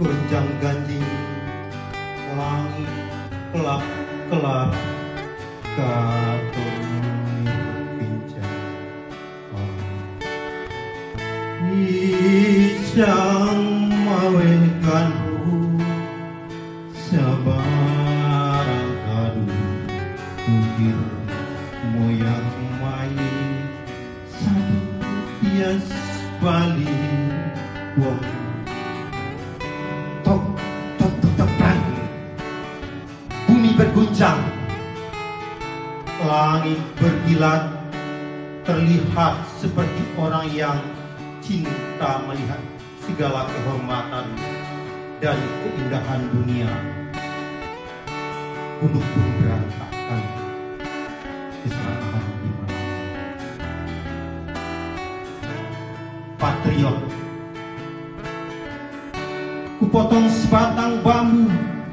gonjang ganjing langit kelap-kelap katon berbincang isang mawenkan sabarang kadu ukir moyang mai satu tias bali wong tok tok tok tok perang bumi berguncang langit berkilat terlihat seperti orang yang cinta melihat segala kehormatan dan keindahan dunia. Gunung pun berantakan keserakahan di mana. Patriot, kupotong sebatang bambu,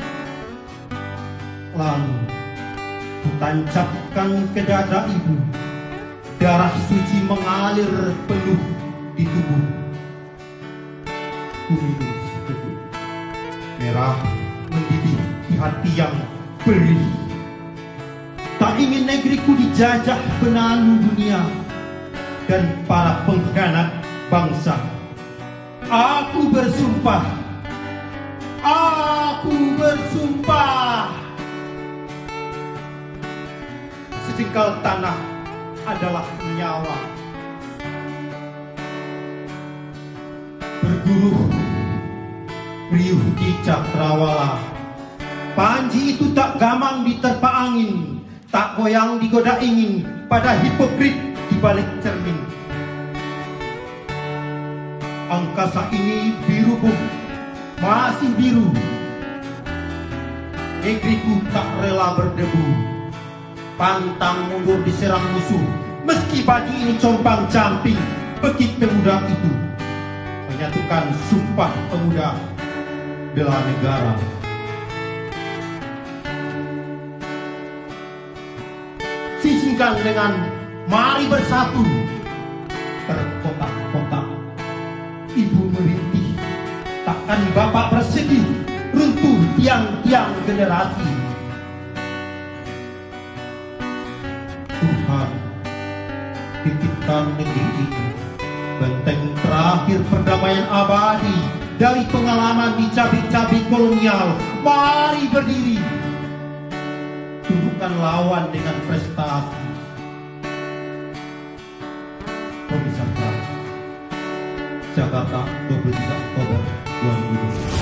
lalu kutancapkan ke dada ibu. Darah suci mengalir penuh di tubuh. Kuminum seteguk merah mendidih di hati yang perih. Tak ingin negeriku dijajah benalu dunia dan para pengkhianat bangsa. Aku bersumpah, sejengkal tanah adalah nyawa. Berguruh riuh di cakrawala, panji itu tak gamang diterpa angin, tak goyang digoda ingin pada hipokrit di balik cermin. Angkasa ini biru bum, masih biru. Negeriku tak rela berdebu, pantang mundur diserang musuh. Meski baju ini compang camping, Bekik Pemuda itu menyatukan sumpah pemuda bela negara. Sisingkan dengan mari bersatu. Terkotak-kotak ibu merintih, takkan bapak bersedih, runtuh tiang-tiang generasi. Tuhan titipkan negeri ini benteng terakhir perdamaian abadi dari pengalaman di cabik-cabik kolonial. Mari berdiri, tundukkan lawan dengan prestasi. Komisar Jakarta 23 Oktober 2020.